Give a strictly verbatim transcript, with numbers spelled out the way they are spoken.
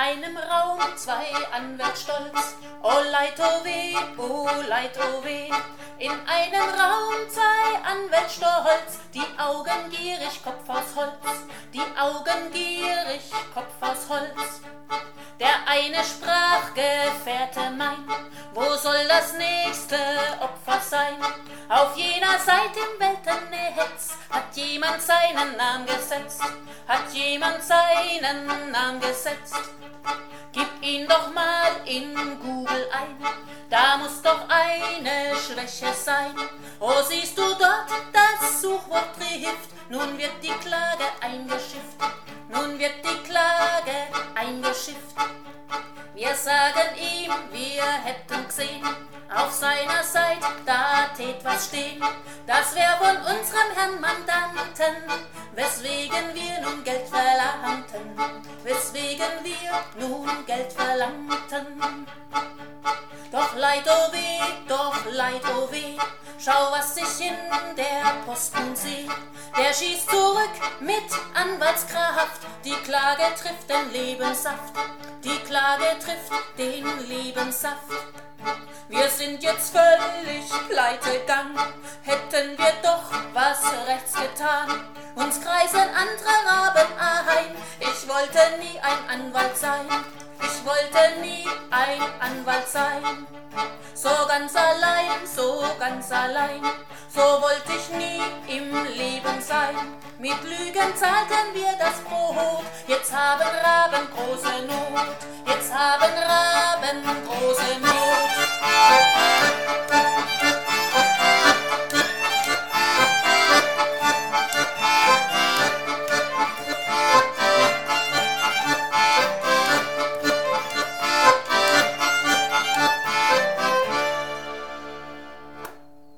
einem Raum zwei Anwälte stolz, oh leid, oh weh, oh leid, oh weh. In einem Raum zwei Anwälte stolz, die Augen gierig, Kopf aus Holz, die Augen gierig, Kopf aus Holz. Der eine sprach, Gefährte mein, wo soll das nächste Opfer sein? Auf jener Seite im Weltennetz hat jemand seinen Namen gesetzt, hat jemand seinen Namen gesetzt. Gib ihn doch mal in Google ein, da muss doch eine Schwäche sein. Oh, siehst du dort, das Suchwort trifft, nun wird die Klage eingeschifft, nun wird die Klage eingeschifft. Wir sagen ihm, wir hätten gesehen, auf seiner Seite, da tät was stehen. Das wär von unserem Herrn Mandanten, weswegen wir nun Geld verlangten, weswegen wir nun Geld verlangten. Doch leid, oh weh, doch leid, oh weh, schau, was ich in der Posten seh. Der schießt zurück mit Anwaltskraft, die Klage trifft den Lebenssaft, die Klage trifft den Lebenssaft. Wir sind jetzt völlig pleitegang, hätten wir doch was rechts getan. Uns kreisen andere Raben ein, ich wollte nie ein Anwalt sein, ich wollte nie ein Anwalt sein. So ganz allein, so ganz allein, so wollte ich nie im Leben sein. Mit Lügen zahlten wir das Brot, jetzt haben Raben große Not, jetzt haben Raben große Not.